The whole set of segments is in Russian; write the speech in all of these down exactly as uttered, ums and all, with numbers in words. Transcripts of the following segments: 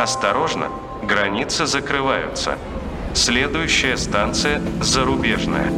Осторожно, границы закрываются. Следующая станция «Зарубежная».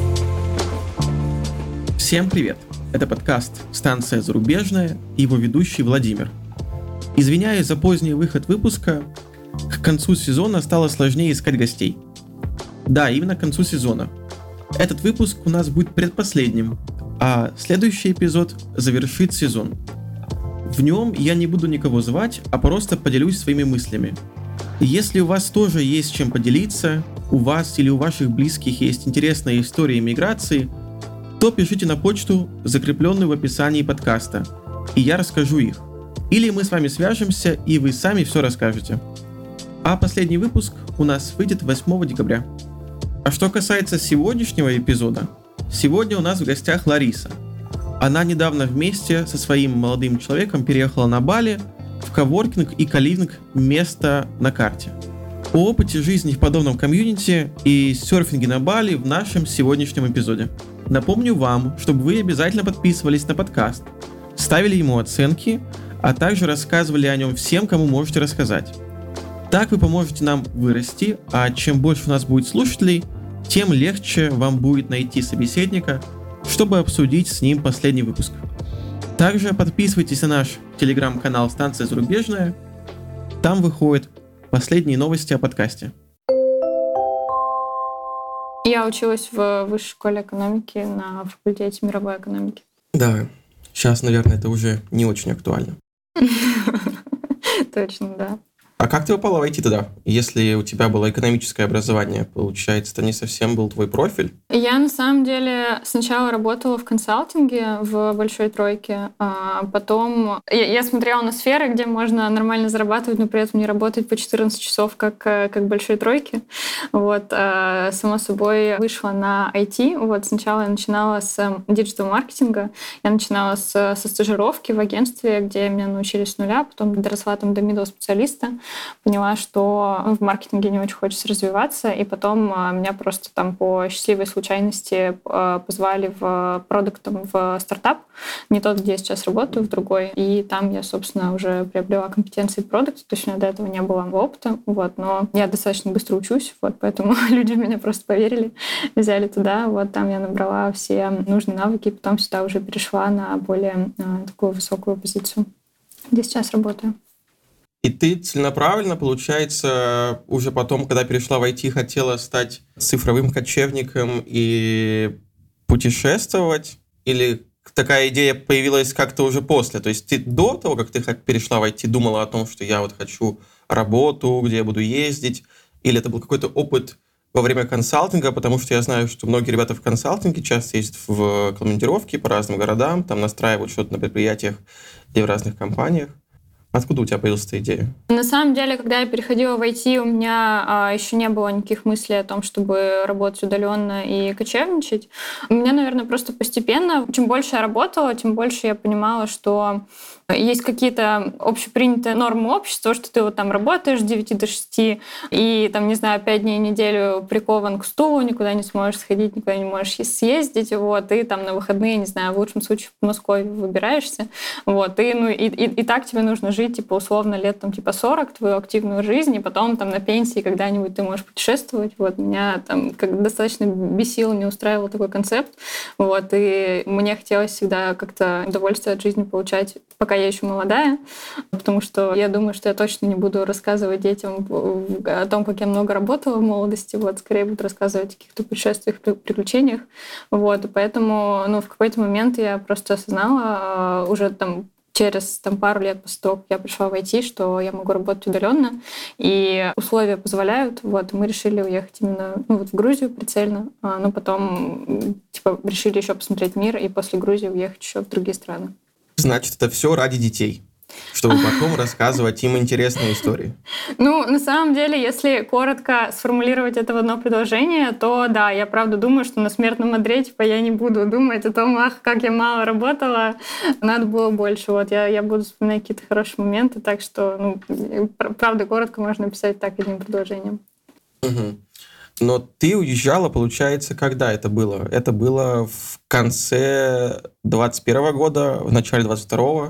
Всем привет! Это подкаст «Станция Зарубежная» и его ведущий Владимир. Извиняюсь за поздний выход выпуска. К концу сезона стало сложнее искать гостей. Да, именно к концу сезона. Этот выпуск у нас будет предпоследним, а следующий эпизод завершит сезон. В нем я не буду никого звать, а просто поделюсь своими мыслями. И если у вас тоже есть чем поделиться, у вас или у ваших близких есть интересные истории миграции, то пишите на почту, закрепленную в описании подкаста, и я расскажу их. Или мы с вами свяжемся, и вы сами все расскажете. А последний выпуск у нас выйдет восьмого декабря. А что касается сегодняшнего эпизода, сегодня у нас в гостях Лариса. Она недавно вместе со своим молодым человеком переехала на Бали, в коворкинг и коливинг место на карте. О опыте жизни в подобном комьюнити и серфинге на Бали в нашем сегодняшнем эпизоде. Напомню вам, чтобы вы обязательно подписывались на подкаст, ставили ему оценки, а также рассказывали о нем всем, кому можете рассказать. Так вы поможете нам вырасти, а чем больше у нас будет слушателей, тем легче вам будет найти собеседника, чтобы обсудить с ним последний выпуск. Также подписывайтесь на наш телеграм-канал «Станция Зарубежная». Там выходят последние новости о подкасте. Я училась в высшей школе экономики на факультете мировой экономики. Да, сейчас, наверное, это уже не очень актуально. Точно, да. А как ты попала в ай ти тогда? Если у тебя было экономическое образование, получается, это не совсем был твой профиль? Я, на самом деле, сначала работала в консалтинге в большой тройке, а потом я, я смотрела на сферы, где можно нормально зарабатывать, но при этом не работать по четырнадцать часов, как, как в большой тройке. Вот, а, само собой, вышла на ай ти. Вот, сначала я начинала с диджитал-маркетинга, я начинала с, со стажировки в агентстве, где меня научили с нуля, потом доросла там до middle-специалиста. Поняла, что в маркетинге не очень хочется развиваться, и потом меня просто там по счастливой случайности позвали в продуктом в стартап, не тот, где я сейчас работаю, в другой, и там я, собственно, уже приобрела компетенции продукта, то есть у меня до этого не было опыта, вот, но я достаточно быстро учусь, вот, поэтому люди в меня просто поверили, взяли туда, вот, там я набрала все нужные навыки, и потом сюда уже перешла на более такую высокую позицию, где сейчас работаю. И ты целенаправленно, получается, уже потом, когда перешла в ай ти, хотела стать цифровым кочевником и путешествовать? Или такая идея появилась как-то уже после? То есть ты до того, как ты перешла в ай ти, думала о том, что я вот хочу работу, где я буду ездить? Или это был какой-то опыт во время консалтинга? Потому что я знаю, что многие ребята в консалтинге часто ездят в командировки по разным городам, там настраивают что-то на предприятиях и в разных компаниях. Откуда у тебя появилась эта идея? На самом деле, когда я переходила в ай ти, у меня а, еще не было никаких мыслей о том, чтобы работать удаленно и кочевничать. У меня, наверное, просто постепенно, чем больше я работала, тем больше я понимала, что есть какие-то общепринятые нормы общества, что ты вот там работаешь с девяти до шести и, там, не знаю, пять дней в неделю прикован к стулу, никуда не сможешь сходить, никуда не можешь съездить, вот, и там на выходные, не знаю, в лучшем случае в Москве выбираешься, вот, и, ну, и, и, и так тебе нужно жить, типа, условно, лет, там, типа, сорок, твою активную жизнь, и потом, там, на пенсии когда-нибудь ты можешь путешествовать, вот, меня, там, как достаточно бесило, не устраивал такой концепт, вот, и мне хотелось всегда как-то удовольствие от жизни получать, пока я еще молодая, потому что я думаю, что я точно не буду рассказывать детям о том, как я много работала в молодости, вот, скорее буду рассказывать о каких-то путешествиях, приключениях, вот, и поэтому, ну, в какой-то момент я просто осознала уже там через там, пару лет после того, как я пришла в ай ти, что я могу работать удаленно, и условия позволяют. Вот, мы решили уехать именно ну, вот в Грузию прицельно, а, но потом типа, решили еще посмотреть мир, и после Грузии уехать еще в другие страны. Значит, это все ради детей, чтобы потом рассказывать им интересные истории. Ну, на самом деле, если коротко сформулировать это в одно предложение, то да, я правда думаю, что на смертном одре типа, я не буду думать о том, ах, как я мало работала, надо было больше. Вот я, я буду вспоминать какие-то хорошие моменты, так что, ну, правда, коротко можно написать так одним предложением. Угу. Но ты уезжала, получается, когда это было? Это было в конце двадцать первого года, в начале двадцать второго?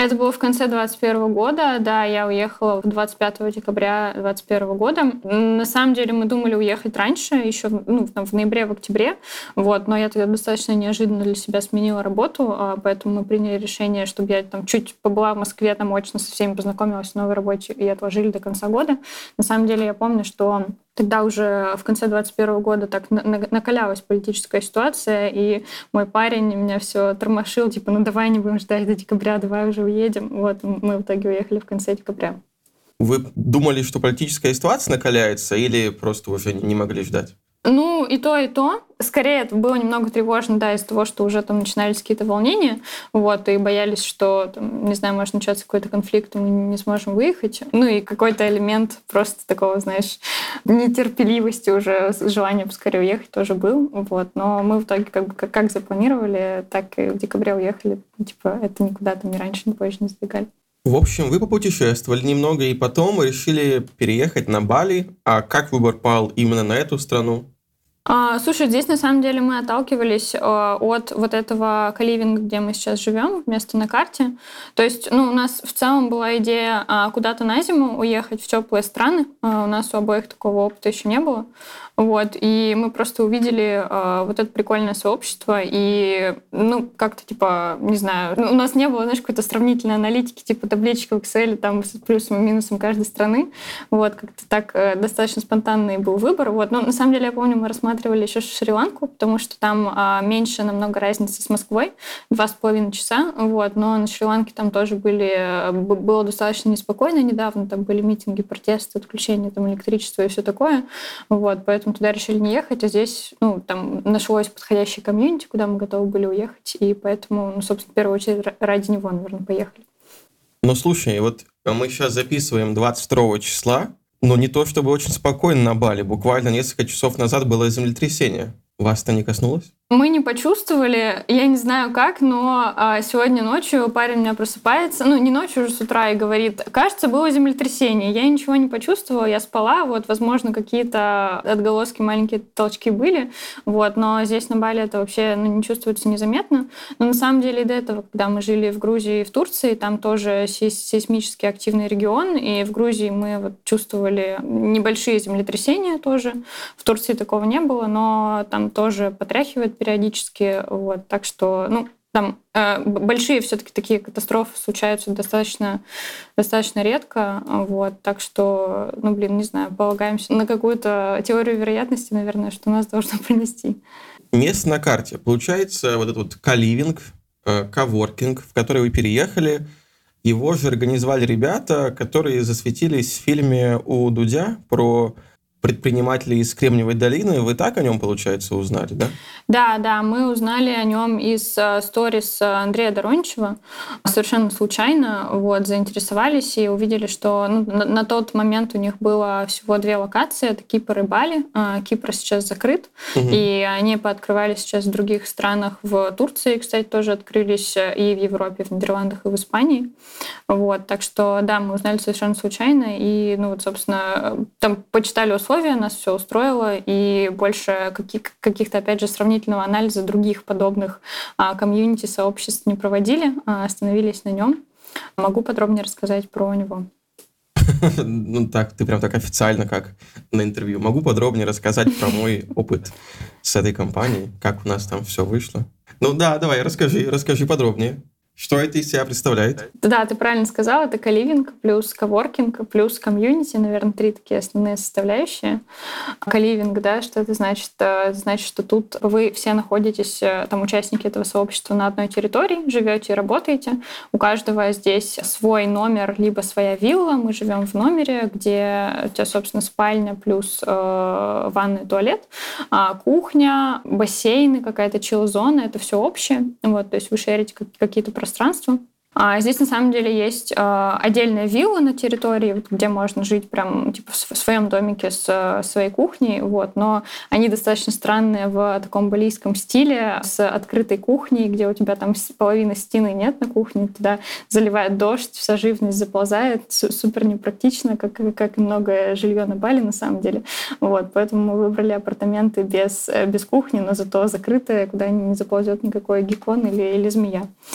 Это было в конце двадцать первого года, да, я уехала двадцать пятого декабря двадцать первого года. На самом деле мы думали уехать раньше, еще ну, в ноябре, в октябре, вот, но я тогда достаточно неожиданно для себя сменила работу, поэтому мы приняли решение, чтобы я там чуть побыла в Москве, там очно со всеми познакомилась в новой работе и отложили до конца года. На самом деле я помню, что тогда уже в конце двадцать первого года так накалялась политическая ситуация, и мой парень меня все тормошил, типа, ну давай не будем ждать до декабря, давай уже уедем. Вот мы в итоге уехали в конце декабря. Вы думали, что политическая ситуация накаляется, или просто уже не могли ждать? Ну, и то, и то. Скорее, это было немного тревожно, да, из-за того, что уже там начинались какие-то волнения, вот, и боялись, что, там, не знаю, может начаться какой-то конфликт, и мы не сможем выехать. Ну, и какой-то элемент просто такого, знаешь, нетерпеливости уже, желания поскорее уехать тоже был, вот. Но мы в итоге как бы как, как запланировали, так и в декабре уехали. Типа, это никуда там ни раньше, ни позже не сдвигали. В общем, вы попутешествовали немного, и потом решили переехать на Бали. А как выбор пал именно на эту страну? А, слушай, здесь на самом деле мы отталкивались а, от вот этого каливинга, где мы сейчас живем, место на карте. То есть, ну, у нас в целом была идея а, куда-то на зиму уехать в теплые страны. А, у нас у обоих такого опыта еще не было. Вот, и мы просто увидели э, вот это прикольное сообщество, и, ну, как-то, типа, не знаю, у нас не было, знаешь, какой-то сравнительной аналитики, типа табличка в Excel, там, с плюсом и минусом каждой страны, вот, как-то так э, достаточно спонтанный был выбор, вот, но на самом деле, я помню, мы рассматривали еще Шри-Ланку, потому что там э, меньше намного разницы с Москвой, два с половиной часа, вот, но на Шри-Ланке там тоже были, было достаточно неспокойно недавно, там были митинги, протесты, отключение там электричества и все такое, вот, поэтому туда решили не ехать, а здесь, ну, там нашлось подходящее комьюнити, куда мы готовы были уехать, и поэтому, ну, собственно, в первую очередь ради него, наверное, поехали. Ну, слушай, вот мы сейчас записываем двадцать второго числа, но не то чтобы очень спокойно на Бали, буквально несколько часов назад было землетрясение. Вас это не коснулось? Мы не почувствовали, я не знаю как, но а, сегодня ночью парень у меня просыпается, ну не ночью, уже с утра, и говорит, кажется, было землетрясение. Я ничего не почувствовала, я спала, вот, возможно, какие-то отголоски, маленькие толчки были, вот, но здесь на Бали это вообще ну, не чувствуется незаметно. Но на самом деле и до этого, когда мы жили в Грузии и в Турции, там тоже сейсмически активный регион, и в Грузии мы вот чувствовали небольшие землетрясения тоже. В Турции такого не было, но там тоже потряхивает периодически, вот, так что, ну, там э, большие все-таки такие катастрофы случаются достаточно, достаточно редко, вот, так что, ну, блин, не знаю, полагаемся на какую-то теорию вероятности, наверное, что нас должно принести. Место на карте. Получается, вот этот вот каливинг, э, коворкинг, в который вы переехали, его же организовали ребята, которые засветились в фильме у Дудя про предпринимателей из Кремниевой долины. Вы так о нем, получается, узнали, да? Да, да, мы узнали о нем из сторис Андрея Дороничева совершенно случайно, вот, заинтересовались и увидели, что ну, на, на тот момент у них было всего две локации, это Кипр и Бали. Кипр сейчас закрыт, угу. и они пооткрывались сейчас в других странах, в Турции, кстати, тоже открылись, и в Европе, в Нидерландах, и в Испании. Вот, так что, да, мы узнали совершенно случайно, и, ну, вот, собственно, там почитали условия, нас все устроило, и больше каких- каких-то, опять же, сравнительного анализа других подобных а, комьюнити, сообществ не проводили, а остановились на нем. Могу подробнее рассказать про него. Ну так, ты прям так официально, как на интервью. Могу подробнее рассказать про мой опыт с этой компанией, как у нас там все вышло. Ну да, давай, расскажи, расскажи подробнее. Что это из себя представляет? Да, ты правильно сказал, это каливинг плюс коворкинг плюс комьюнити, наверное, три такие основные составляющие. Каливинг, да, что это значит? Это значит, что тут вы все находитесь, там, участники этого сообщества на одной территории, живете и работаете. У каждого здесь свой номер, либо своя вилла. Мы живем в номере, где у тебя, собственно, спальня плюс э, ванная, туалет, э, кухня, бассейны, какая-то чилл-зона. Это все общее. Вот, то есть вы шерите какие-то пространство. А здесь на самом деле есть э, отдельная вилла на территории, где можно жить прям типа в своем домике с э, своей кухней, вот. Но они достаточно странные в таком балийском стиле, с открытой кухней, где у тебя там половины стены нет на кухне, туда заливает дождь, вся живность заползает, супер непрактично, как, как и многое жилье на Бали на самом деле. Вот. Поэтому мы выбрали апартаменты без, без кухни, но зато закрытые, куда не заползет никакой геккон или, или змея.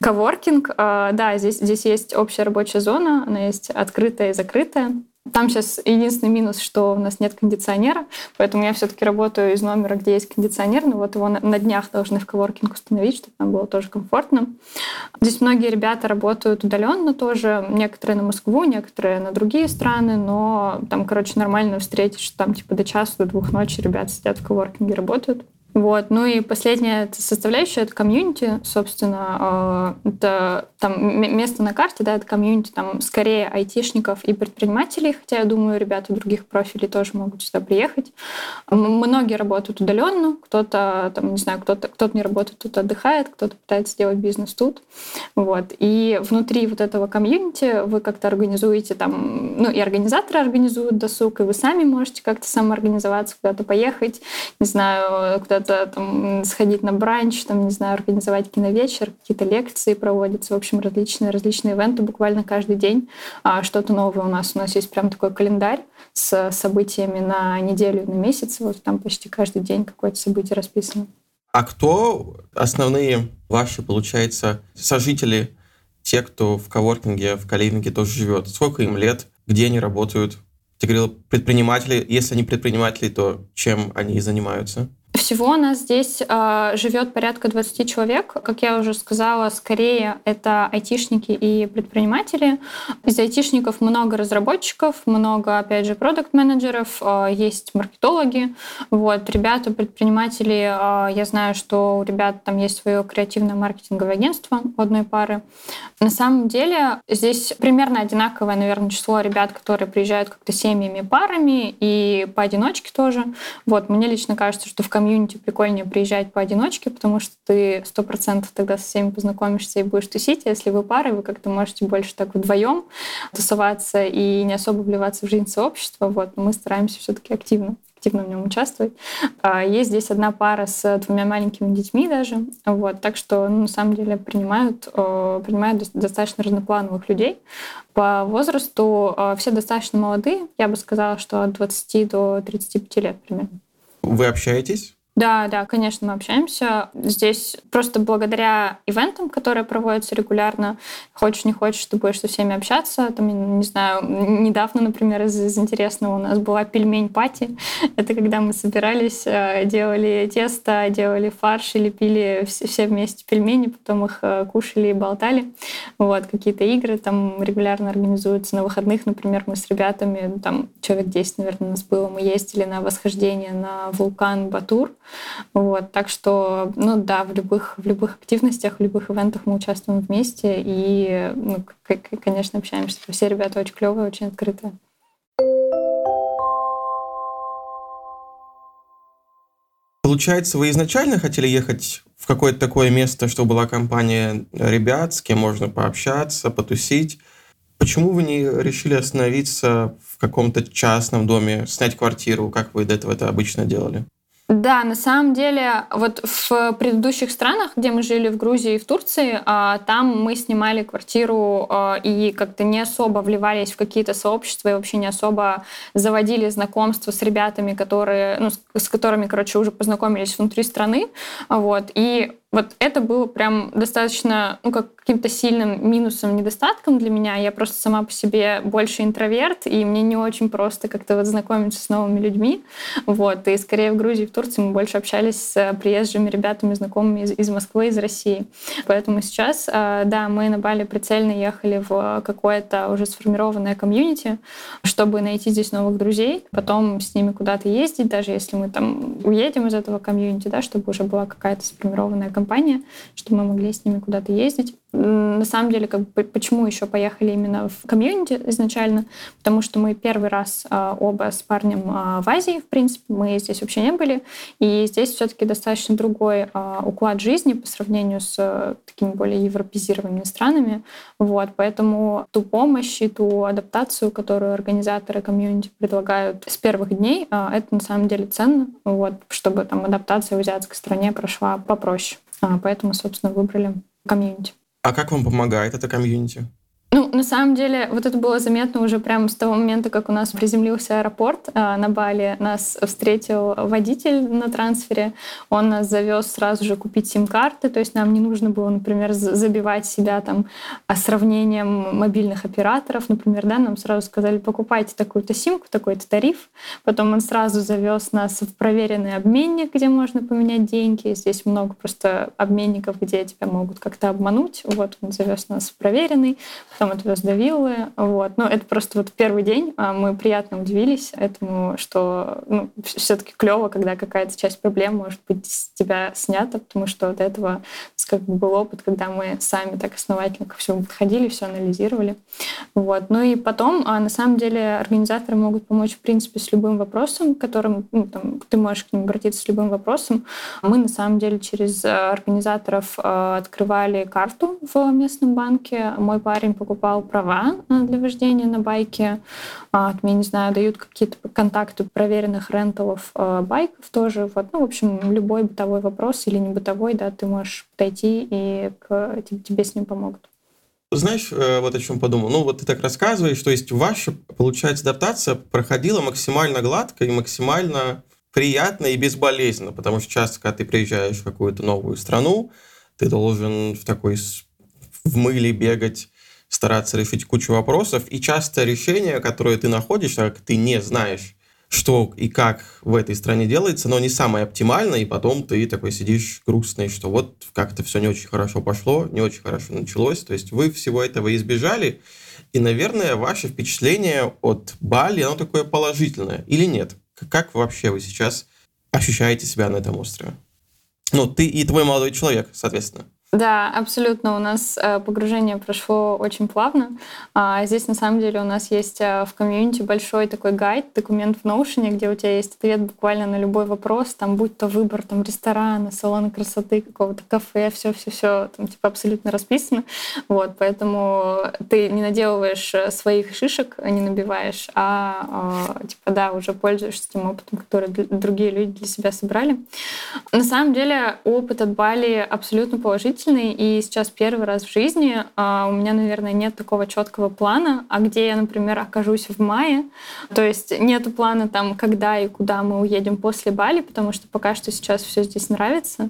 Коворкинг, э, да, здесь, здесь есть общая рабочая зона, она есть открытая и закрытая. Там сейчас единственный минус, что у нас нет кондиционера, поэтому я все-таки работаю из номера, где есть кондиционер, но вот его на, на днях должны в коворкинг установить, чтобы там было тоже комфортно. Здесь многие ребята работают удаленно тоже, некоторые на Москву, некоторые на другие страны, но там, короче, нормально встретишь, что там типа до часу, до двух ночи ребята сидят в коворкинге, работают. Вот. Ну и последняя составляющая — это комьюнити, собственно. Это там место на карте, да, это комьюнити, там скорее айтишников и предпринимателей, хотя я думаю, ребята других профилей тоже могут сюда приехать. Многие работают удаленно, кто-то, там, не знаю, кто-то, кто-то не работает, кто-то отдыхает, кто-то пытается сделать бизнес тут. Вот. И внутри вот этого комьюнити вы как-то организуете там, ну и организаторы организуют досуг, и вы сами можете как-то самоорганизоваться, куда-то поехать, не знаю, куда-то там сходить на бранч, там, не знаю, организовать киновечер, какие-то лекции проводятся, в общем, различные, различные ивенты буквально каждый день. А что-то новое у нас. У нас есть прям такой календарь с событиями на неделю, на месяц. Вот там почти каждый день какое-то событие расписано. А кто основные ваши, получается, сожители, те, кто в коворкинге, в калейвинге тоже живет? Сколько им лет? Где они работают? Ты говорил, предприниматели. Если они предприниматели, то чем они занимаются? Всего у нас здесь э, живет порядка двадцать человек. Как я уже сказала, скорее это айтишники и предприниматели. Из айтишников много разработчиков, много, опять же, продакт-менеджеров, э, есть маркетологи. Вот, ребята, предприниматели, э, я знаю, что у ребят там есть свое креативное маркетинговое агентство у одной пары. На самом деле здесь примерно одинаковое, наверное, число ребят, которые приезжают как-то семьями, парами и поодиночке тоже. Вот, мне лично кажется, что в комьюнити прикольнее приезжать поодиночке, потому что ты сто процентов тогда со всеми познакомишься и будешь тусить. А если вы пары, вы как-то можете больше так вдвоем тусоваться и не особо вливаться в жизнь сообщества. Вот. Но мы стараемся все-таки активно, активно в нем участвовать. Есть здесь одна пара с двумя маленькими детьми даже. Вот. Так что, ну, на самом деле принимают, принимают достаточно разноплановых людей. По возрасту все достаточно молодые. Я бы сказала, что от двадцати до тридцати пяти лет примерно. Вы общаетесь? Да, да, конечно, мы общаемся. Здесь просто благодаря ивентам, которые проводятся регулярно, хочешь не хочешь, ты будешь со всеми общаться. Там, не знаю, недавно, например, из, из интересного у нас была пельмень-пати. Это когда мы собирались, делали тесто, делали фарш и лепили все, все вместе пельмени, потом их кушали и болтали. Вот, какие-то игры там регулярно организуются. На выходных, например, мы с ребятами, там человек десять, наверное, у нас было, мы ездили на восхождение на вулкан Батур. Вот, так что, ну да, в любых, в любых активностях, в любых ивентах мы участвуем вместе и, ну, конечно, общаемся. Все ребята очень клевые, очень открытые. Получается, вы изначально хотели ехать в какое-то такое место, чтобы была компания ребят, с кем можно пообщаться, потусить? Почему вы не решили остановиться в каком-то частном доме, снять квартиру, как вы до этого это обычно делали? Да, на самом деле, вот в предыдущих странах, где мы жили, в Грузии и в Турции, там мы снимали квартиру и как-то не особо вливались в какие-то сообщества и вообще не особо заводили знакомства с ребятами, которые, ну, с которыми, короче, уже познакомились внутри страны. Вот. И вот это было прям достаточно, ну, как каким-то сильным минусом, недостатком для меня. Я просто сама по себе больше интроверт, и мне не очень просто как-то вот знакомиться с новыми людьми. Вот. И скорее в Грузии и в Турции мы больше общались с приезжими ребятами, знакомыми из, из Москвы, из России. Поэтому сейчас, да, мы на Бали прицельно ехали в какое-то уже сформированное комьюнити, чтобы найти здесь новых друзей, потом с ними куда-то ездить, даже если мы там уедем из этого комьюнити, да, чтобы уже была какая-то сформированная компания, чтобы мы могли с ними куда-то ездить. На самом деле, как бы, почему еще поехали именно в комьюнити изначально? Потому что мы первый раз а, оба с парнем а, в Азии, в принципе, мы здесь вообще не были, и здесь все-таки достаточно другой а, уклад жизни по сравнению с а, такими более европеизированными странами. Вот, поэтому ту помощь и ту адаптацию, которую организаторы комьюнити предлагают с первых дней, а, это на самом деле ценно, вот, чтобы там адаптация в азиатской стране прошла попроще. А, поэтому, собственно, выбрали комьюнити. А как вам помогает это комьюнити? Ну, на самом деле, вот это было заметно уже прямо с того момента, как у нас приземлился аэропорт э, на Бали. Нас встретил водитель на трансфере. Он нас завез сразу же купить сим-карты. То есть нам не нужно было, например, забивать себя там сравнением мобильных операторов. Например, да, нам сразу сказали, покупайте такую-то симку, такой-то тариф. Потом он сразу завез нас в проверенный обменник, где можно поменять деньги. Здесь много просто обменников, где тебя могут как-то обмануть. Вот он завез нас в проверенный. Потом отвез до виллы. Вот. Но это просто вот первый день. Мы приятно удивились этому, что ну, все-таки клево, когда какая-то часть проблем может быть с тебя снята, потому что до этого у нас как бы был опыт, когда мы сами так основательно ко всему подходили, все анализировали. Вот. Ну и потом, на самом деле, организаторы могут помочь, в принципе, с любым вопросом, которым ну, там, ты можешь к ним обратиться с любым вопросом. Мы, на самом деле, через организаторов открывали карту в местном банке. Мой парень покупал права для вождения на байке. От меня, не знаю, дают какие-то контакты проверенных ренталов байков тоже. Вот. Ну, в общем, любой бытовой вопрос или не бытовой, да, ты можешь подойти, и к, тебе с ним помогут. Знаешь, вот о чем подумал? Ну, вот ты так рассказываешь, то есть ваша, получается, адаптация проходила максимально гладко и максимально приятно и безболезненно, потому что часто, когда ты приезжаешь в какую-то новую страну, ты должен в такой в мыле бегать, стараться решить кучу вопросов, и часто решения, которые ты находишь, так как ты не знаешь, что и как в этой стране делается, но не самое оптимальное, и потом ты такой сидишь грустный, что вот как-то все не очень хорошо пошло, не очень хорошо началось, то есть вы всего этого избежали, и, наверное, ваше впечатление от Бали, оно такое положительное, или нет? Как вообще вы сейчас ощущаете себя на этом острове? Ну, ты и твой молодой человек, соответственно. Да, абсолютно. У нас погружение прошло очень плавно. Здесь, на самом деле, у нас есть в комьюнити большой такой гайд, документ в Notion, где у тебя есть ответ буквально на любой вопрос, там, будь то выбор там, ресторана, салона красоты, какого-то кафе, все-все-все там типа абсолютно расписано. Вот, поэтому ты не наделываешь своих шишек, не набиваешь, а типа, да, уже пользуешься тем опытом, который другие люди для себя собрали. На самом деле, опыт от Бали абсолютно положительный. И сейчас первый раз в жизни а, у меня, наверное, нет такого четкого плана, а где я, например, окажусь в мае. То есть нету плана там, когда и куда мы уедем после Бали, потому что пока что сейчас все здесь нравится.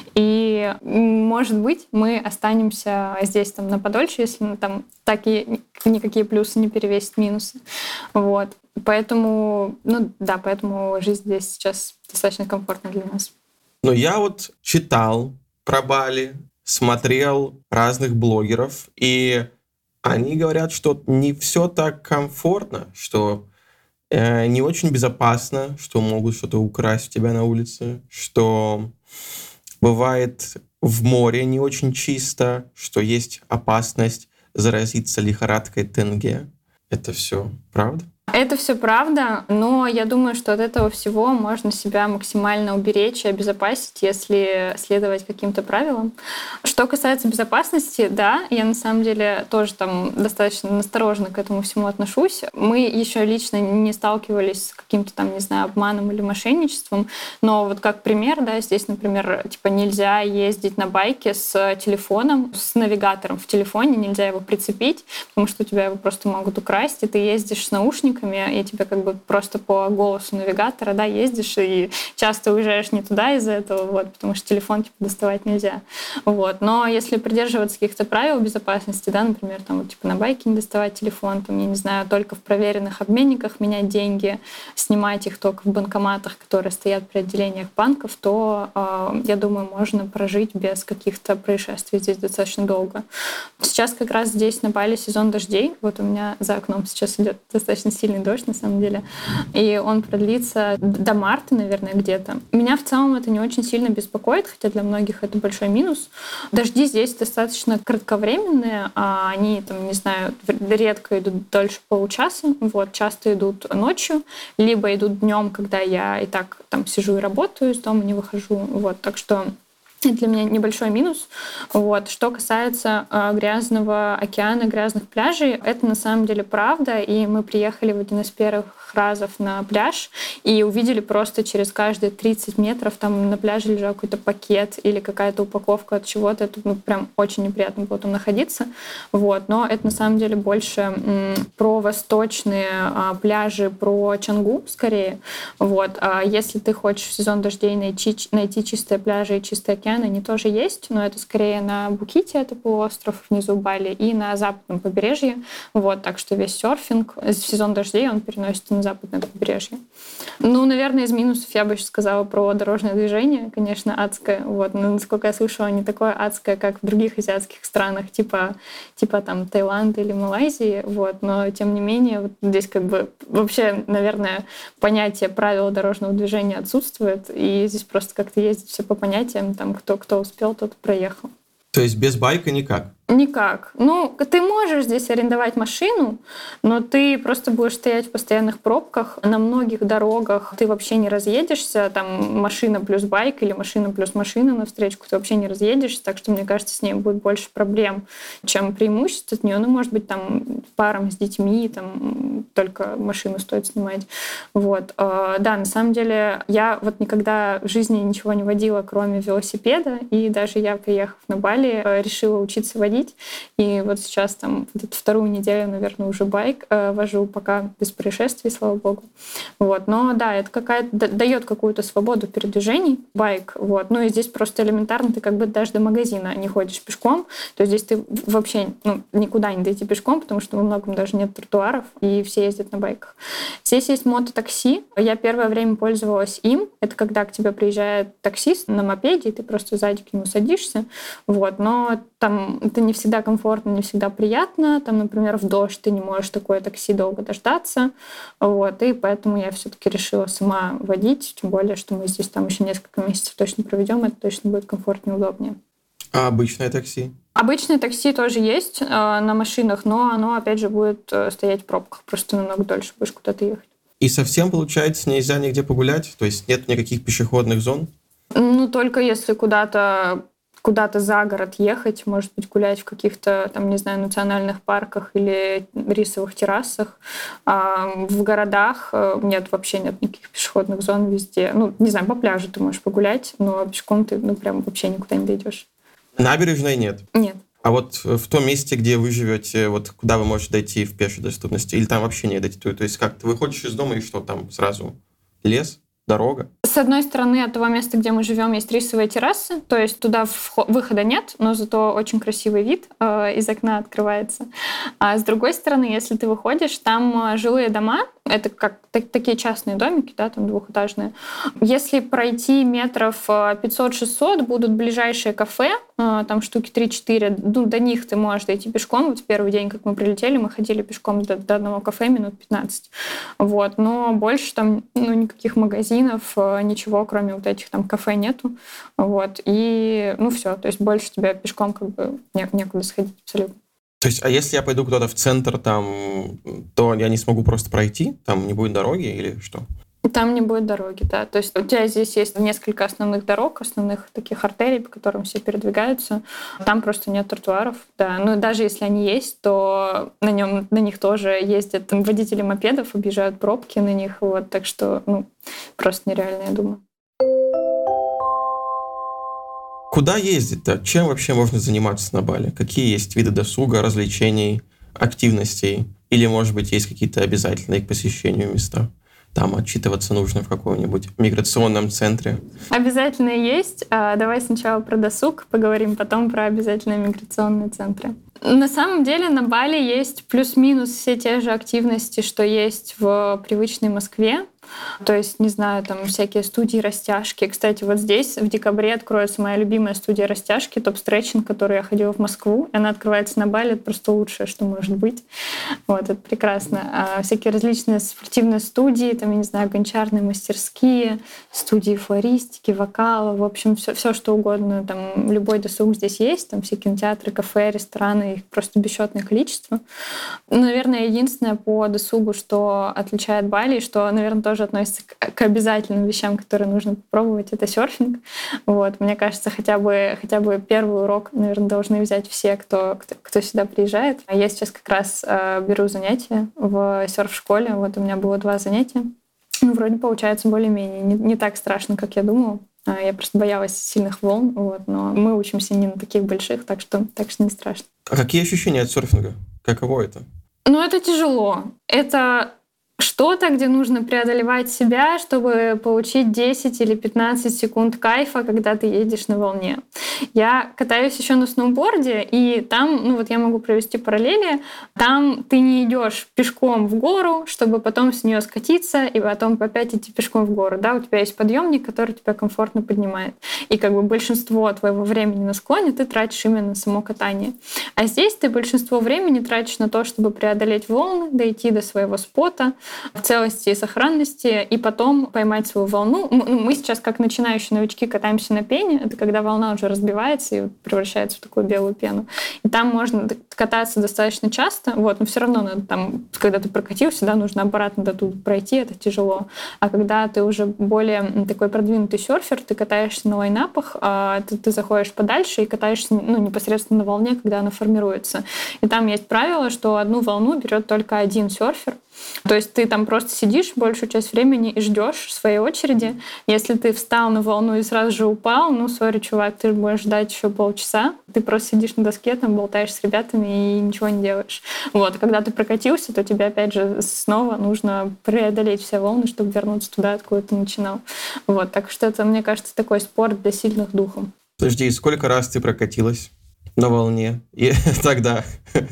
И, может быть, мы останемся здесь там на подольше, если ну, там так и никакие плюсы не перевесят минусы. Вот. Поэтому, ну да, поэтому жизнь здесь сейчас достаточно комфортна для нас. Но я вот читал про Бали, смотрел разных блогеров, и они говорят, что не все так комфортно, что э, не очень безопасно, что могут что-то украсть у тебя на улице, что бывает в море не очень чисто, что есть опасность заразиться лихорадкой тенге. Это все правда? Это все правда, но я думаю, что от этого всего можно себя максимально уберечь и обезопасить, если следовать каким-то правилам. Что касается безопасности, да, я на самом деле тоже там достаточно настороженно к этому всему отношусь. Мы еще лично не сталкивались с каким-то там, не знаю, обманом или мошенничеством, но вот как пример, да, здесь, например, типа нельзя ездить на байке с телефоном, с навигатором в телефоне, нельзя его прицепить, потому что у тебя его просто могут украсть, и ты ездишь с наушниками, и тебе как бы просто по голосу навигатора, да, ездишь и часто уезжаешь не туда из-за этого, вот, потому что телефон типа доставать нельзя. Вот. Но если придерживаться каких-то правил безопасности, да, например, там вот, типа на байке не доставать телефон, там, я не знаю, только в проверенных обменниках менять деньги, снимать их только в банкоматах, которые стоят при отделениях банков, то, э, я думаю, можно прожить без каких-то происшествий здесь достаточно долго. Сейчас как раз здесь на Бали сезон дождей. Вот у меня за окном сейчас идет достаточно сильный дождь, на самом деле. И он продлится до марта, наверное, где-то. Меня в целом это не очень сильно беспокоит, хотя для многих это большой минус. Дожди здесь достаточно кратковременные, а они, там, не знаю, редко идут дольше получаса, вот, часто идут ночью, либо идут днем, когда я и так там сижу и работаю, из дома не выхожу. Вот, так что Это для меня небольшой минус. Вот. Что касается э, грязного океана, грязных пляжей, это на самом деле правда. И мы приехали в один из первых разов на пляж и увидели просто через каждые тридцать метров там на пляже лежал какой-то пакет или какая-то упаковка от чего-то. Это ну, прям очень неприятно было там находиться. Вот. Но это на самом деле больше м, про восточные а, пляжи, про Чангу скорее. Вот. А если ты хочешь в сезон дождей найти, найти чистые пляжи и чистый океан, они тоже есть, но это скорее на Буките, это полуостров внизу Бали, и на западном побережье. Вот. Так что весь серфинг в сезон дождей он переносится на западное побережье. Ну, наверное, из минусов я бы еще сказала про дорожное движение. Конечно, адское. Вот. Но, насколько я слышала, не такое адское, как в других азиатских странах, типа, типа там Таиланда или Малайзии. Вот. Но, тем не менее, вот здесь как бы вообще, наверное, понятие правил дорожного движения отсутствует. И здесь просто как-то ездить все по понятиям. Там кто, кто успел, тот проехал. То есть без байка никак? Никак. Ну, ты можешь здесь арендовать машину, но ты просто будешь стоять в постоянных пробках. На многих дорогах ты вообще не разъедешься. Там машина плюс байк или машина плюс машина навстречу, ты вообще не разъедешься. Так что, мне кажется, с ней будет больше проблем, чем преимуществ от нее. Ну, может быть, там паром с детьми, там только машину стоит снимать. Вот. Да, на самом деле, я вот никогда в жизни ничего не водила, кроме велосипеда. И даже я, приехав на Бали, решила учиться водить. И вот сейчас там вот вторую неделю, наверное, уже байк э, вожу, пока без происшествий, слава богу. Вот. Но да, это какая-то дает какую-то свободу передвижений, байк. Вот. Ну и здесь просто элементарно ты как бы даже до магазина не ходишь пешком. То есть здесь ты вообще ну, никуда не дойти пешком, потому что во многом даже нет тротуаров, и все ездят на байках. Здесь есть мототакси. Я первое время пользовалась им. Это когда к тебе приезжает таксист на мопеде, и ты просто сзади к нему садишься. Вот. Но там это не всегда комфортно, не всегда приятно. Там, например, в дождь ты не можешь такое такси долго дождаться. Вот. И поэтому я все-таки решила сама водить. Тем более, что мы здесь там еще несколько месяцев точно проведем. Это точно будет комфортнее и удобнее. А обычное такси? Обычное такси тоже есть э, на машинах, но оно, опять же, будет э, стоять в пробках. Просто намного дольше будешь куда-то ехать. И совсем, получается, нельзя нигде погулять? То есть нет никаких пешеходных зон? Ну, только если куда-то куда-то за город ехать, может быть, гулять в каких-то, там, не знаю, национальных парках или рисовых террасах. А в городах нет, вообще нет никаких пешеходных зон везде. Ну, не знаю, по пляжу ты можешь погулять, но пешком ты, ну, прям вообще никуда не дойдешь. Набережной нет? Нет. А вот в том месте, где вы живете, вот куда вы можете дойти в пешей доступности? Или там вообще не дойти? То есть как, ты выходишь из дома и что там сразу? Лес? Дорога? С одной стороны, от того места, где мы живем, есть рисовые террасы, то есть туда вход, выхода нет, но зато очень красивый вид э, из окна открывается. А с другой стороны, если ты выходишь, там жилые дома, это как так, такие частные домики, да, там двухэтажные. Если пройти метров пятьсот-шестьсот, будут ближайшие кафе, э, там штуки три-четыре, ну, до них ты можешь дойти пешком. Вот в первый день, как мы прилетели, мы ходили пешком до, до одного кафе минут пятнадцать. Вот. Но больше там ну, никаких магазинов, ничего, кроме вот этих там кафе нету. Вот. И ну все, то есть больше тебе пешком как бы не, некуда сходить абсолютно. То есть, а если я пойду куда-то в центр, там, то я не смогу просто пройти? Там не будет дороги или что? Там не будет дороги, да. То есть у тебя здесь есть несколько основных дорог, основных таких артерий, по которым все передвигаются. Там просто нет тротуаров, да. Но даже если они есть, то на нем, на них тоже ездят водители мопедов, объезжают пробки на них. Вот. Так что, ну, просто нереально, я думаю. Куда ездить-то? Чем вообще можно заниматься на Бали? Какие есть виды досуга, развлечений, активностей? Или, может быть, есть какие-то обязательные к посещению места? Там отчитываться нужно в каком-нибудь миграционном центре. Обязательно есть. Давай сначала про досуг поговорим, потом про обязательные миграционные центры. На самом деле на Бали есть плюс-минус все те же активности, что есть в привычной Москве. То есть, не знаю, там всякие студии растяжки. Кстати, вот здесь в декабре откроется моя любимая студия растяжки, топ-стретчинг, которую я ходила в Москву. Она открывается на Бали. Это просто лучшее, что может быть. Вот, это прекрасно. А всякие различные спортивные студии, там, я не знаю, гончарные мастерские, студии флористики, вокала, в общем, все, все что угодно. Там любой досуг здесь есть. Там все кинотеатры, кафе, рестораны, их просто бесчетное количество. Наверное, единственное по досугу, что отличает Бали, что, наверное, тоже тоже относится к, к обязательным вещам, которые нужно попробовать, это серфинг. Вот. Мне кажется, хотя бы, хотя бы первый урок, наверное, должны взять все, кто, кто, кто сюда приезжает. Я сейчас как раз э, беру занятия в серф-школе. Вот у меня было два занятия. Ну, вроде получается более-менее. Не, не так страшно, как я думала. Я просто боялась сильных волн, вот, но мы учимся не на таких больших, так что, так что не страшно. А какие ощущения от серфинга? Каково это? Ну, это тяжело. Это что-то, где нужно преодолевать себя, чтобы получить десять или пятнадцать секунд кайфа, когда ты едешь на волне. Я катаюсь еще на сноуборде, и там, ну вот я могу провести параллели, там ты не идешь пешком в гору, чтобы потом с нее скатиться и потом опять идти пешком в гору. Да, у тебя есть подъемник, который тебя комфортно поднимает. И как бы большинство твоего времени на склоне ты тратишь именно на само катание. А здесь ты большинство времени тратишь на то, чтобы преодолеть волны, дойти до своего спота, в целости и сохранности, и потом поймать свою волну. Мы сейчас, как начинающие новички, катаемся на пене. Это когда волна уже разбивается и превращается в такую белую пену. И там можно кататься достаточно часто, вот, но все равно надо там, когда ты прокатился, да, нужно обратно до туда пройти, это тяжело. А когда ты уже более такой продвинутый серфер, ты катаешься на лайнапах, а ты, ты заходишь подальше и катаешься, ну, непосредственно на волне, когда она формируется. И там есть правило, что одну волну берет только один серфер. То есть ты там просто сидишь большую часть времени и ждешь своей очереди. Если ты встал на волну и сразу же упал, ну, сори, чувак, ты будешь ждать еще полчаса. Ты просто сидишь на доске, там болтаешь с ребятами и ничего не делаешь. Вот. Когда ты прокатился, то тебе опять же снова нужно преодолеть все волны, чтобы вернуться туда, откуда ты начинал. Вот. Так что это, мне кажется, такой спорт для сильных духом. Подожди, сколько раз ты прокатилась на волне? И тогда...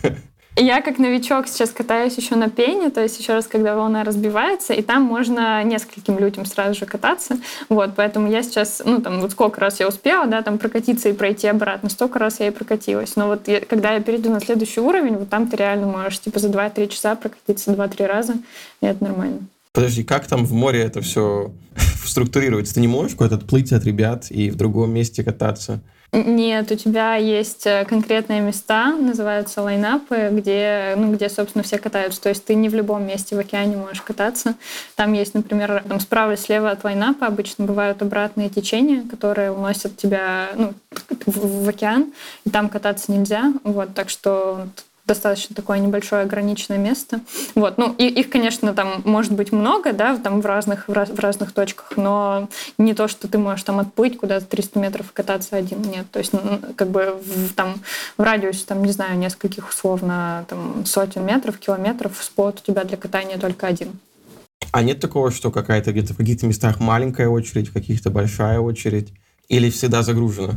Я как новичок сейчас катаюсь еще на пене, то есть еще раз, когда волна разбивается, и там можно нескольким людям сразу же кататься. Вот, поэтому я сейчас, ну там вот сколько раз я успела, да, там прокатиться и пройти обратно, столько раз я и прокатилась. Но вот я, когда я перейду на следующий уровень, вот там ты реально можешь типа за два-три часа прокатиться два-три раза, и это нормально. Подожди, как там в море это все структурируется? Ты не можешь куда-то отплыть от ребят и в другом месте кататься? Нет, у тебя есть конкретные места, называются лайнапы, где, ну, где, собственно, все катаются. То есть ты не в любом месте в океане можешь кататься. Там есть, например, там справа и слева от лайнапа обычно бывают обратные течения, которые уносят тебя, ну, в, в океан, и там кататься нельзя. Вот, так что достаточно такое небольшое ограниченное место. Вот. Ну, и, их, конечно, там может быть много, да, там в разных, в, раз, в разных точках, но не то, что ты можешь там отплыть куда-то триста метров и кататься один. Нет. То есть, ну, как бы в, там, в радиусе, там, не знаю, нескольких условно там, сотен метров, километров спот у тебя для катания только один. А нет такого, что какая-то где-то в каких-то местах маленькая очередь, в каких-то большая очередь? Или всегда загружена?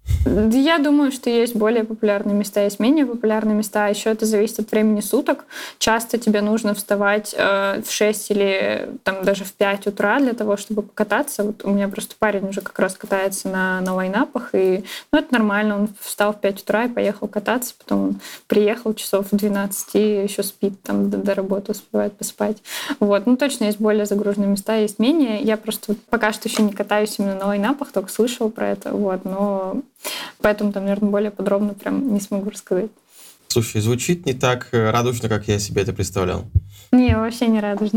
Я думаю, что есть более популярные места, есть менее популярные места. Еще это зависит от времени суток. Часто тебе нужно вставать э, в шесть или там, даже в пять утра для того, чтобы покататься. Вот у меня просто парень уже как раз катается на, на лайнапах, и ну, это нормально. Он встал в пять утра и поехал кататься. Потом он приехал часов в двенадцать и еще спит, там до, до работы успевает поспать. Вот. Ну, точно есть более загруженные места, есть менее. Я просто вот пока что еще не катаюсь именно на лайнапах, только слышала про это. Вот. Но поэтому там, наверное, более подробно прям не смогу рассказать. Слушай, звучит не так радужно, как я себе это представлял. Не, вообще не радужно.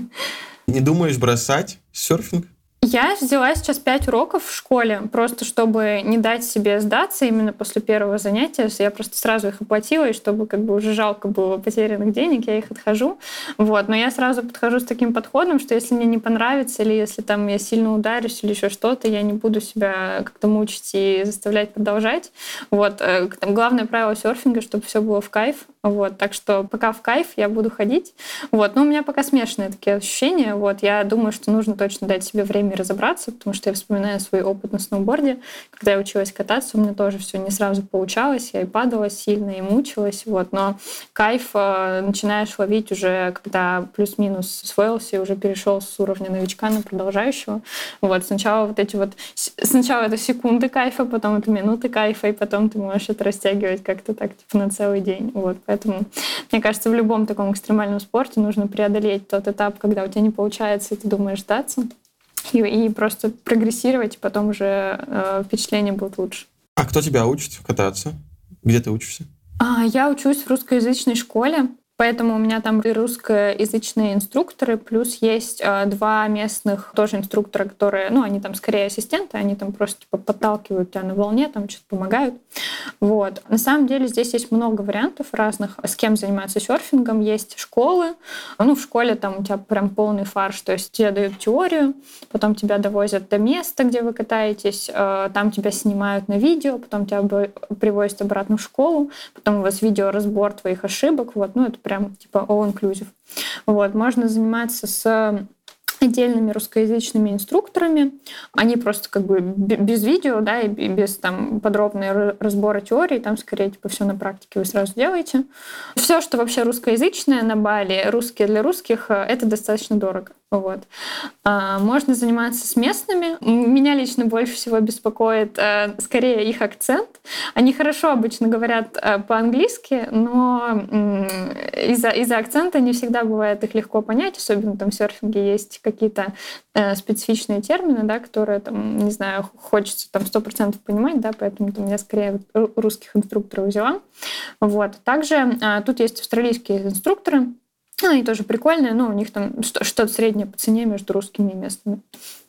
Не думаешь бросать серфинг? Я взяла сейчас пять уроков в школе, просто чтобы не дать себе сдаться именно после первого занятия. Я просто сразу их оплатила, и чтобы как бы уже жалко было потерянных денег, я их отхожу. Вот. Но я сразу подхожу с таким подходом, что если мне не понравится, или если там я сильно ударюсь, или еще что-то, я не буду себя как-то мучить и заставлять продолжать. Вот. Там главное правило серфинга, чтобы все было в кайф. Вот. Так что пока в кайф я буду ходить. Вот. Но у меня пока смешанные такие ощущения. Вот. Я думаю, что нужно точно дать себе время разобраться, потому что я вспоминаю свой опыт на сноуборде. Когда я училась кататься, у меня тоже все не сразу получалось. Я и падала сильно, и мучилась. Вот. Но кайф э, начинаешь ловить уже, когда плюс-минус освоился и уже перешел с уровня новичка на продолжающего. Вот. Сначала вот эти вот... Сначала это секунды кайфа, потом это минуты кайфа, и потом ты можешь это растягивать как-то так, типа, на целый день. Вот. Поэтому, мне кажется, в любом таком экстремальном спорте нужно преодолеть тот этап, когда у тебя не получается, и ты думаешь сдаться. И, и просто прогрессировать, и потом уже э, впечатления будут лучше. А кто тебя учит кататься? Где ты учишься? А, я учусь в русскоязычной школе. Поэтому у меня там и русскоязычные инструкторы, плюс есть э, два местных тоже инструктора, которые, ну, они там скорее ассистенты, они там просто типа подталкивают тебя на волне, там что-то помогают. Вот. На самом деле здесь есть много вариантов разных, с кем заниматься серфингом. Есть школы. Ну, в школе там у тебя прям полный фарш, то есть тебе дают теорию, потом тебя довозят до места, где вы катаетесь, э, там тебя снимают на видео, потом тебя привозят обратно в школу, потом у вас видеоразбор твоих ошибок. Вот. Ну, это прям типа all-inclusive. Вот. Можно заниматься с отдельными русскоязычными инструкторами. Они просто как бы без видео, да, и без там подробного разбора теории, там скорее типа все на практике вы сразу делаете. Все, что вообще русскоязычное на Бали, русские для русских, это достаточно дорого. Вот. Можно заниматься с местными. Меня лично больше всего беспокоит скорее их акцент. Они хорошо обычно говорят по-английски, но из-за, из-за акцента не всегда бывает их легко понять, особенно там в серфинге есть какие-то специфичные термины, да, которые, там, не знаю, хочется там сто процентов понимать, да, поэтому там, я скорее русских инструкторов взяла. Вот. Также тут есть австралийские инструкторы. Ну, они тоже прикольные, но у них там что-то среднее по цене между русскими и местными.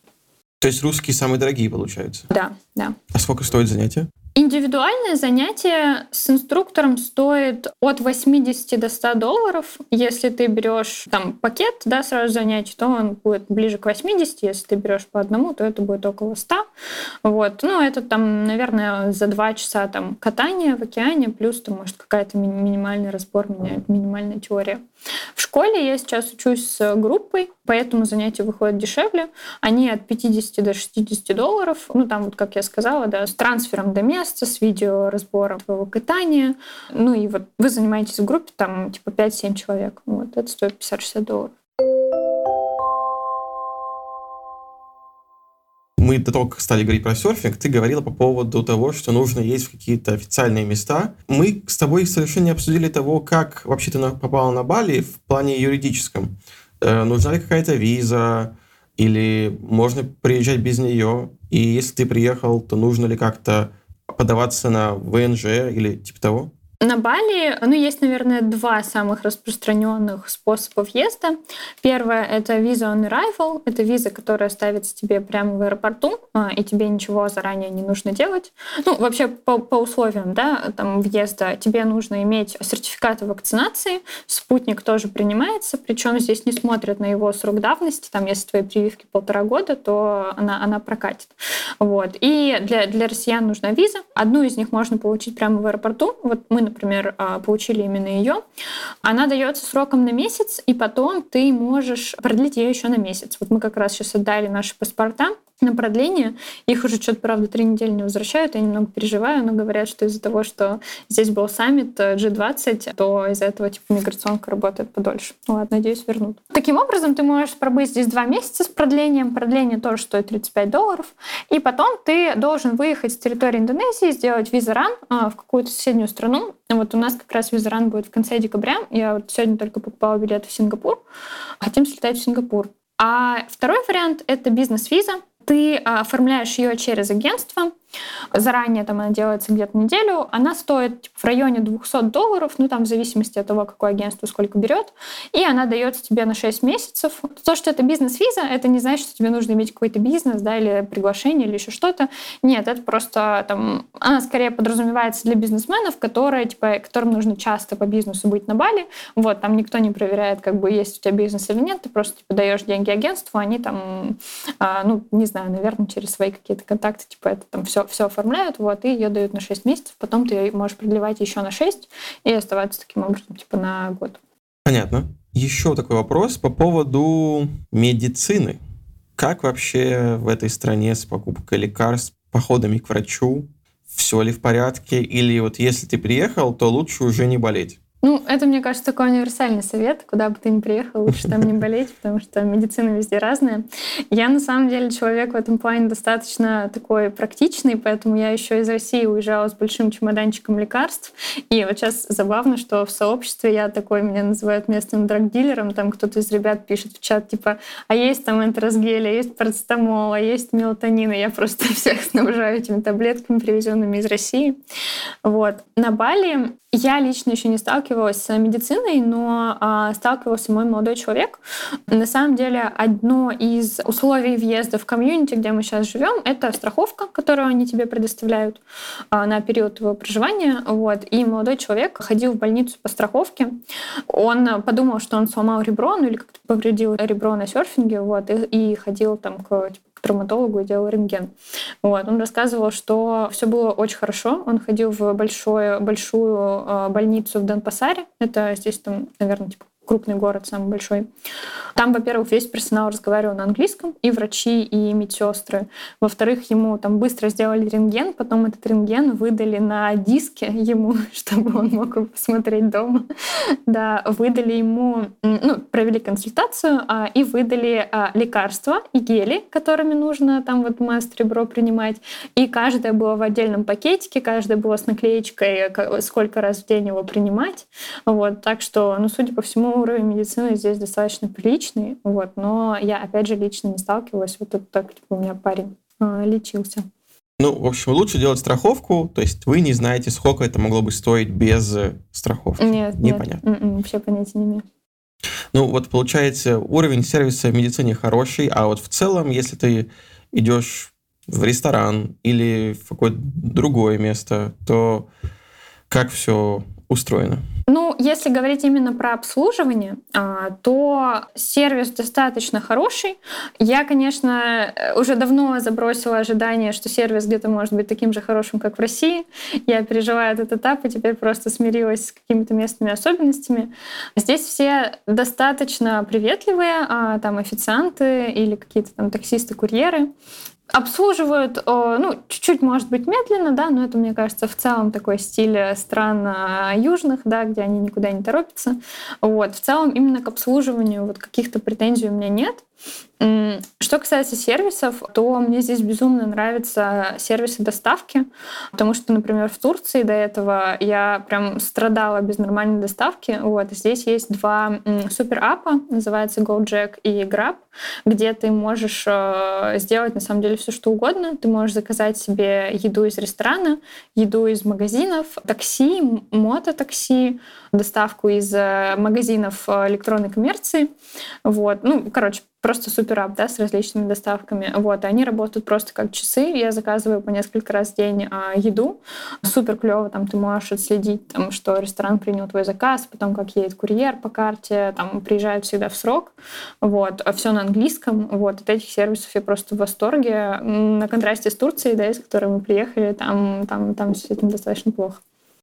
То есть русские самые дорогие, получается? Да, да. А сколько стоит занятие? Индивидуальное занятие с инструктором стоит от восьмидесяти до ста долларов. Если ты берешь там пакет, да, сразу занятий, то он будет ближе к восьмидесяти. Если ты берешь по одному, то это будет около ста. Вот. Ну, это там, наверное, за два часа там катания в океане, плюс там, может, какая-то ми- минимальный разбор, ми- минимальная теория. В школе я сейчас учусь с группой, поэтому занятия выходят дешевле. Они от пятидесяти до шестидесяти долларов. Ну, там, вот как я сказала, да, с трансфером до места, с видеоразбором твоего катания. Ну, и вот вы занимаетесь в группе, там, типа пять-семь человек. Вот, это стоит пятьдесят-шестьдесят долларов. Мы до того, как стали говорить про серфинг, ты говорила по поводу того, что нужно есть в какие-то официальные места. Мы с тобой совершенно не обсудили того, как вообще ты попала на Бали в плане юридическом. Э, нужна ли какая-то виза, или можно приезжать без нее? И если ты приехал, то нужно ли как-то подаваться на вэ эн жэ или типа того? На Бали, ну, есть, наверное, два самых распространенных способа въезда. Первое — это виза on arrival. Это виза, которая ставится тебе прямо в аэропорту, и тебе ничего заранее не нужно делать. Ну, вообще, по, по условиям, да, там, въезда тебе нужно иметь сертификат о вакцинации. Спутник тоже принимается, причем здесь не смотрят на его срок давности. Там, если твои прививки полтора года, то она, она прокатит. Вот. И для, для россиян нужна виза. Одну из них можно получить прямо в аэропорту. Вот мы, например, получили именно ее. Она дается сроком на месяц, и потом ты можешь продлить ее еще на месяц. Вот мы как раз сейчас отдали наши паспорта на продление. Их уже что-то, правда, три недели не возвращают. Я немного переживаю, но говорят, что из-за того, что здесь был саммит джи двадцать, то из-за этого типа миграционка работает подольше. Ладно, надеюсь, вернут. Таким образом, ты можешь пробыть здесь два месяца с продлением. Продление тоже стоит тридцать пять долларов. И потом ты должен выехать с территории Индонезии, сделать визаран в какую-то соседнюю страну. Вот у нас как раз визаран будет в конце декабря. Я вот сегодня только покупала билет в Сингапур. Хотим слетать в Сингапур. А второй вариант — это бизнес-виза. Ты оформляешь ее через агентство. Заранее там она делается где-то неделю. Она стоит типа, в районе двести долларов, ну там в зависимости от того, какое агентство сколько берет. И она дается тебе на шесть месяцев. То, что это бизнес-виза, это не значит, что тебе нужно иметь какой-то бизнес, да, или приглашение, или еще что-то. Нет, это просто там, она скорее подразумевается для бизнесменов, которые, типа, которым нужно часто по бизнесу быть на Бали. Вот, там никто не проверяет, как бы есть у тебя бизнес или нет. Ты просто типа, даешь деньги агентству, они там, а, ну, не знаю, наверное, через свои какие-то контакты, типа, это там все все оформляют, вот, и ее дают на шесть месяцев, потом ты можешь продлевать еще на шесть и оставаться таким образом типа на год. Понятно. Еще такой вопрос по поводу медицины. Как вообще в этой стране с покупкой лекарств, походами к врачу? Все ли в порядке? Или вот если ты приехал, то лучше уже не болеть? Ну, это, мне кажется, такой универсальный совет. Куда бы ты ни приехал, лучше там не болеть, потому что медицина везде разная. Я, на самом деле, человек в этом плане достаточно такой практичный, поэтому я еще из России уезжала с большим чемоданчиком лекарств. И вот сейчас забавно, что в сообществе я такой, меня называют местным драгдилером, там кто-то из ребят пишет в чат, типа, а есть там энтеросгель, а есть парацетамол, а есть мелатонин, и я просто всех снабжаю этими таблетками, привезенными из России. Вот. На Бали Я лично еще не сталкивалась с медициной, но а, сталкивался мой молодой человек. На самом деле, одно из условий въезда в комьюнити, где мы сейчас живем, это страховка, которую они тебе предоставляют а, на период твоего проживания. Вот. И молодой человек ходил в больницу по страховке. Он подумал, что он сломал ребро, ну или как-то повредил ребро на серфинге, вот, и, и ходил там к, типа, к травматологу и делал рентген. Вот. Он рассказывал, что все было очень хорошо. Он ходил в большую, большую больницу в Денпасаре. Это здесь, там, наверное, типа крупный город, самый большой. Там, во-первых, весь персонал разговаривал на английском, и врачи, и медсестры. Во-вторых, ему там быстро сделали рентген, потом этот рентген выдали на диске ему, чтобы он мог его посмотреть дома. Да, выдали ему, ну, провели консультацию а, и выдали а, лекарства и гели, которыми нужно там вот маст ребро принимать. И каждое было в отдельном пакетике, каждое было с наклеечкой, сколько раз в день его принимать. Вот, так что, ну, судя по всему, уровень медицины здесь достаточно приличный, вот, но я, опять же, лично не сталкивалась. Вот тут так, типа, у меня парень э, лечился. Ну, в общем, лучше делать страховку, то есть вы не знаете, сколько это могло бы стоить без страховки. Нет, непонятно. Нет, вообще понятия не имею. Ну, вот получается, уровень сервиса в медицине хороший, а вот в целом, если ты идешь в ресторан или в какое-то другое место, то как все устроено? Ну, если говорить именно про обслуживание, то сервис достаточно хороший. Я, конечно, уже давно забросила ожидание, что сервис где-то может быть таким же хорошим, как в России. Я пережила этот этап и теперь просто смирилась с какими-то местными особенностями. Здесь все достаточно приветливые, там официанты или какие-то там таксисты-курьеры. Обслуживают, ну, чуть-чуть, может быть, медленно, да, но это, мне кажется, в целом такой стиль стран южных, да, где они никуда не торопятся. Вот. В целом именно к обслуживанию вот каких-то претензий у меня нет. Что касается сервисов, то мне здесь безумно нравятся сервисы доставки, потому что, например, в Турции до этого я прям страдала без нормальной доставки. Вот. Здесь есть два супер-аппа, называется Gojek и Grab, где ты можешь сделать, на самом деле, все что угодно. Ты можешь заказать себе еду из ресторана, еду из магазинов, такси, мототакси, доставку из магазинов электронной коммерции. Вот. Ну, короче, просто супер-ап, да, с различными доставками. Вот, и они работают просто как часы. Я заказываю по несколько раз в день а, еду. Супер клево, там ты можешь отследить, там, что ресторан принял твой заказ, потом как едет курьер по карте, там приезжает всегда в срок. Вот, а все на английском. Вот, от этих сервисов я просто в восторге. На контрасте с Турцией, да, из которой мы приехали, там, там, там с этим достаточно плохо.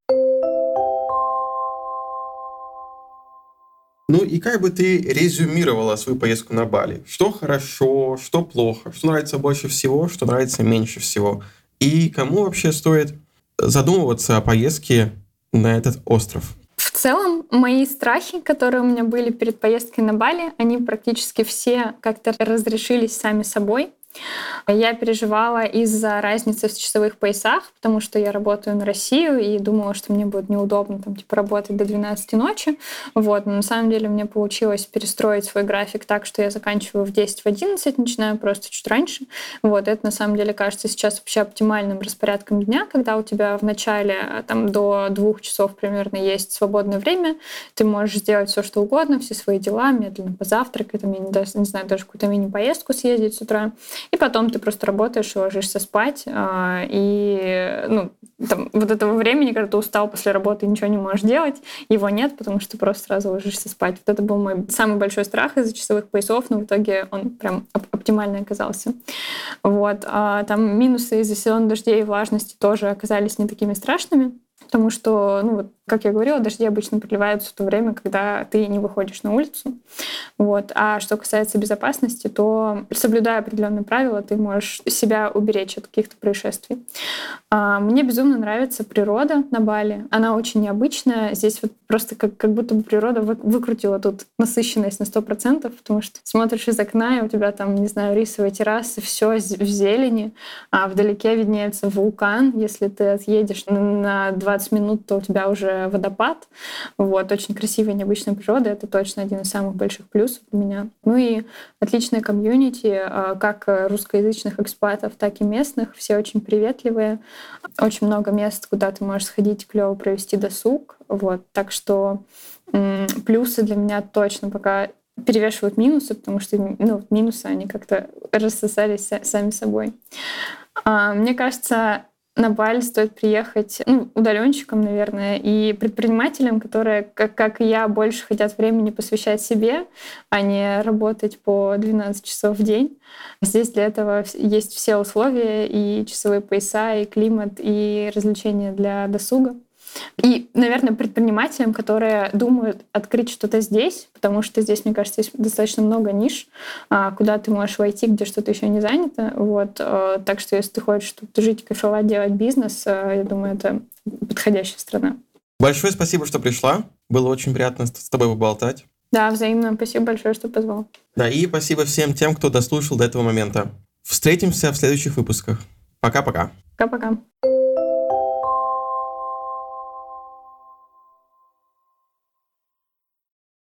Ну и как бы ты резюмировала свою поездку на Бали? Что хорошо, что плохо, что нравится больше всего, что нравится меньше всего? И кому вообще стоит задумываться о поездке на этот остров? В целом, мои страхи, которые у меня были перед поездкой на Бали, они практически все как-то разрешились сами собой. Я переживала из-за разницы в часовых поясах, потому что я работаю на Россию и думала, что мне будет неудобно там, типа, работать до двенадцати ночи. Вот. Но на самом деле мне получилось перестроить свой график так, что я заканчиваю в десять, в одиннадцать, начинаю просто чуть раньше. Вот. Это на самом деле кажется сейчас вообще оптимальным распорядком дня, когда у тебя в начале там, до двух часов примерно есть свободное время, ты можешь сделать все что угодно, все свои дела, медленно позавтракать, там, я не, не знаю, даже какую-то мини-поездку съездить с утра. И потом ты просто работаешь и ложишься спать. И ну, там, вот этого времени, когда ты устал после работы и ничего не можешь делать, его нет, потому что ты просто сразу ложишься спать. Вот это был мой самый большой страх из-за часовых поясов, но в итоге он прям оптимальный оказался. Вот. А там минусы из-за сезона дождей и влажности тоже оказались не такими страшными, потому что, ну вот, как я говорила, дожди обычно проливаются в то время, когда ты не выходишь на улицу. Вот. А что касается безопасности, то, соблюдая определенные правила, ты можешь себя уберечь от каких-то происшествий. А, мне безумно нравится природа на Бали. Она очень необычная. Здесь вот просто как, как будто бы природа выкрутила тут насыщенность на сто процентов, потому что смотришь из окна, и у тебя там, не знаю, рисовая терраса, все в зелени, а вдалеке виднеется вулкан. Если ты отъедешь на двадцать минут, то у тебя уже же водопад. Вот, очень красивая, необычная природа. Это точно один из самых больших плюсов у меня. Ну и отличная комьюнити, как русскоязычных экспатов, так и местных. Все очень приветливые. Очень много мест, куда ты можешь сходить, клево провести досуг. Вот, так что м- плюсы для меня точно пока перевешивают минусы, потому что ну, минусы, они как-то рассосались сами собой. А, мне кажется, на Бали стоит приехать ну, удаленщикам, наверное, и предпринимателям, которые, как, как и я, больше хотят времени посвящать себе, а не работать по двенадцать часов в день. Здесь для этого есть все условия, и часовые пояса, и климат, и развлечения для досуга. И, наверное, предпринимателям, которые думают открыть что-то здесь, потому что здесь, мне кажется, есть достаточно много ниш, куда ты можешь войти, где что-то еще не занято. Вот. Так что если ты хочешь тут жить, кайфовать, делать бизнес, я думаю, это подходящая страна. Большое спасибо, что пришла. Было очень приятно с тобой поболтать. Да, взаимно. Спасибо большое, что позвал. Да, и спасибо всем тем, кто дослушал до этого момента. Встретимся в следующих выпусках. Пока-пока. Пока-пока.